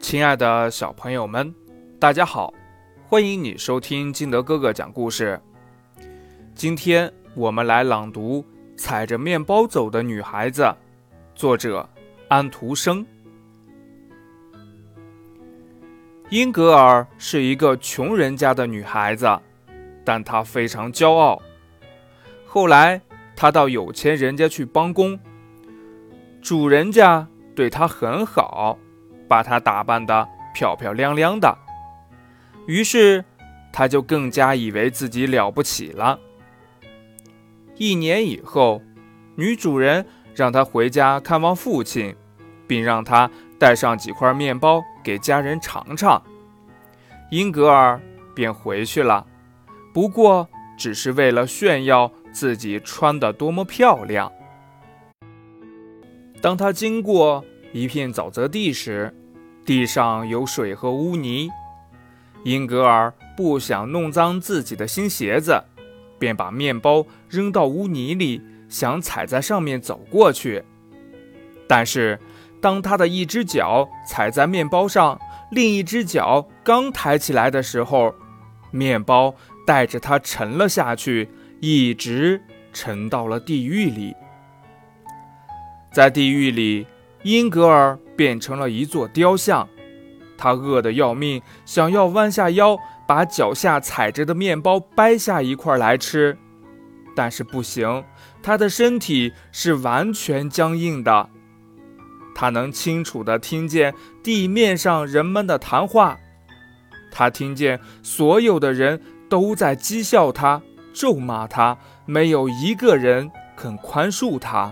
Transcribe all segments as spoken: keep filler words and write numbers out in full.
亲爱的小朋友们，大家好，欢迎你收听金德哥哥讲故事。今天我们来朗读《踩着面包走的女孩子》，作者安徒生。英格尔是一个穷人家的女孩子，但她非常骄傲。后来她到有钱人家去帮工，主人家对她很好，把她打扮得漂漂亮亮的，于是她就更加以为自己了不起了。一年以后，女主人让她回家看望父亲，并让她带上几块面包给家人尝尝。英格尔便回去了，不过只是为了炫耀自己穿得多么漂亮。当她经过一片沼泽地时，地上有水和污泥。英格尔不想弄脏自己的新鞋子，便把面包扔到污泥里，想踩在上面走过去。但是当他的一只脚踩在面包上，另一只脚刚抬起来的时候，面包带着他沉了下去，一直沉到了地狱里。在地狱里，英格尔变成了一座雕像，他饿得要命，想要弯下腰把脚下踩着的面包掰下一块来吃，但是不行，他的身体是完全僵硬的。他能清楚地听见地面上人们的谈话，他听见所有的人都在讥笑他，咒骂他，没有一个人肯宽恕他。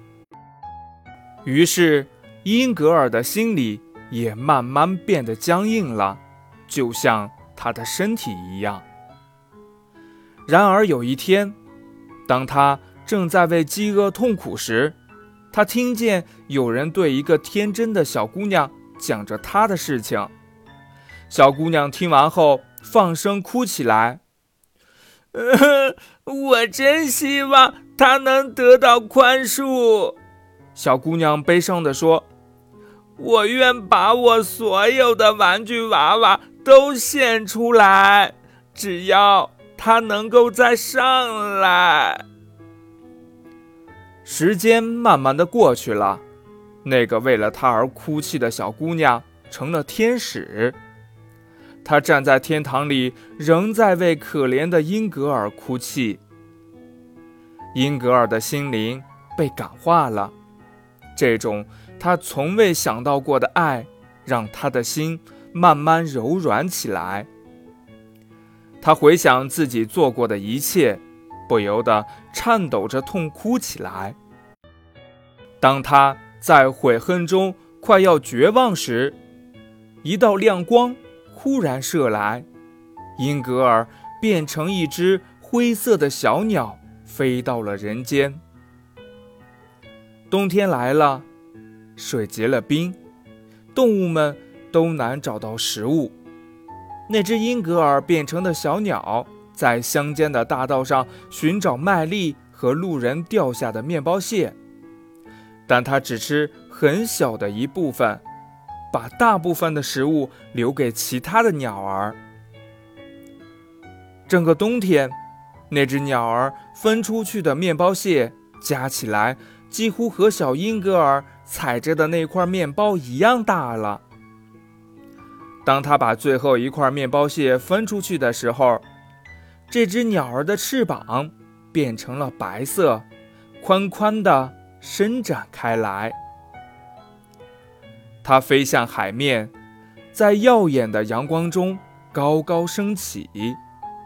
于是英格尔的心里也慢慢变得僵硬了，就像他的身体一样。然而有一天，当他正在为饥饿痛苦时，他听见有人对一个天真的小姑娘讲着她的事情。小姑娘听完后放声哭起来，呃，我真希望她能得到宽恕。小姑娘悲伤地说，我愿把我所有的玩具娃娃都献出来，只要她能够再上来。时间慢慢的过去了，那个为了她而哭泣的小姑娘成了天使。她站在天堂里，仍在为可怜的英格尔哭泣。英格尔的心灵被感化了，这种他从未想到过的爱让他的心慢慢柔软起来。他回想自己做过的一切，不由得颤抖着痛哭起来。当他在悔恨中快要绝望时，一道亮光忽然射来，英格尔变成一只灰色的小鸟，飞到了人间。冬天来了，水结了冰，动物们都难找到食物。那只英格尔变成的小鸟在乡间的大道上寻找麦粒和路人掉下的面包屑，但它只吃很小的一部分，把大部分的食物留给其他的鸟儿。整个冬天，那只鸟儿分出去的面包屑加起来几乎和小英格尔踩着的那块面包一样大了。当他把最后一块面包屑分出去的时候，这只鸟儿的翅膀变成了白色，宽宽地伸展开来。它飞向海面，在耀眼的阳光中高高升起。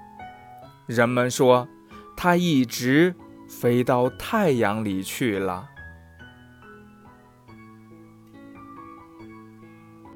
人们说，它一直飞到太阳里去了。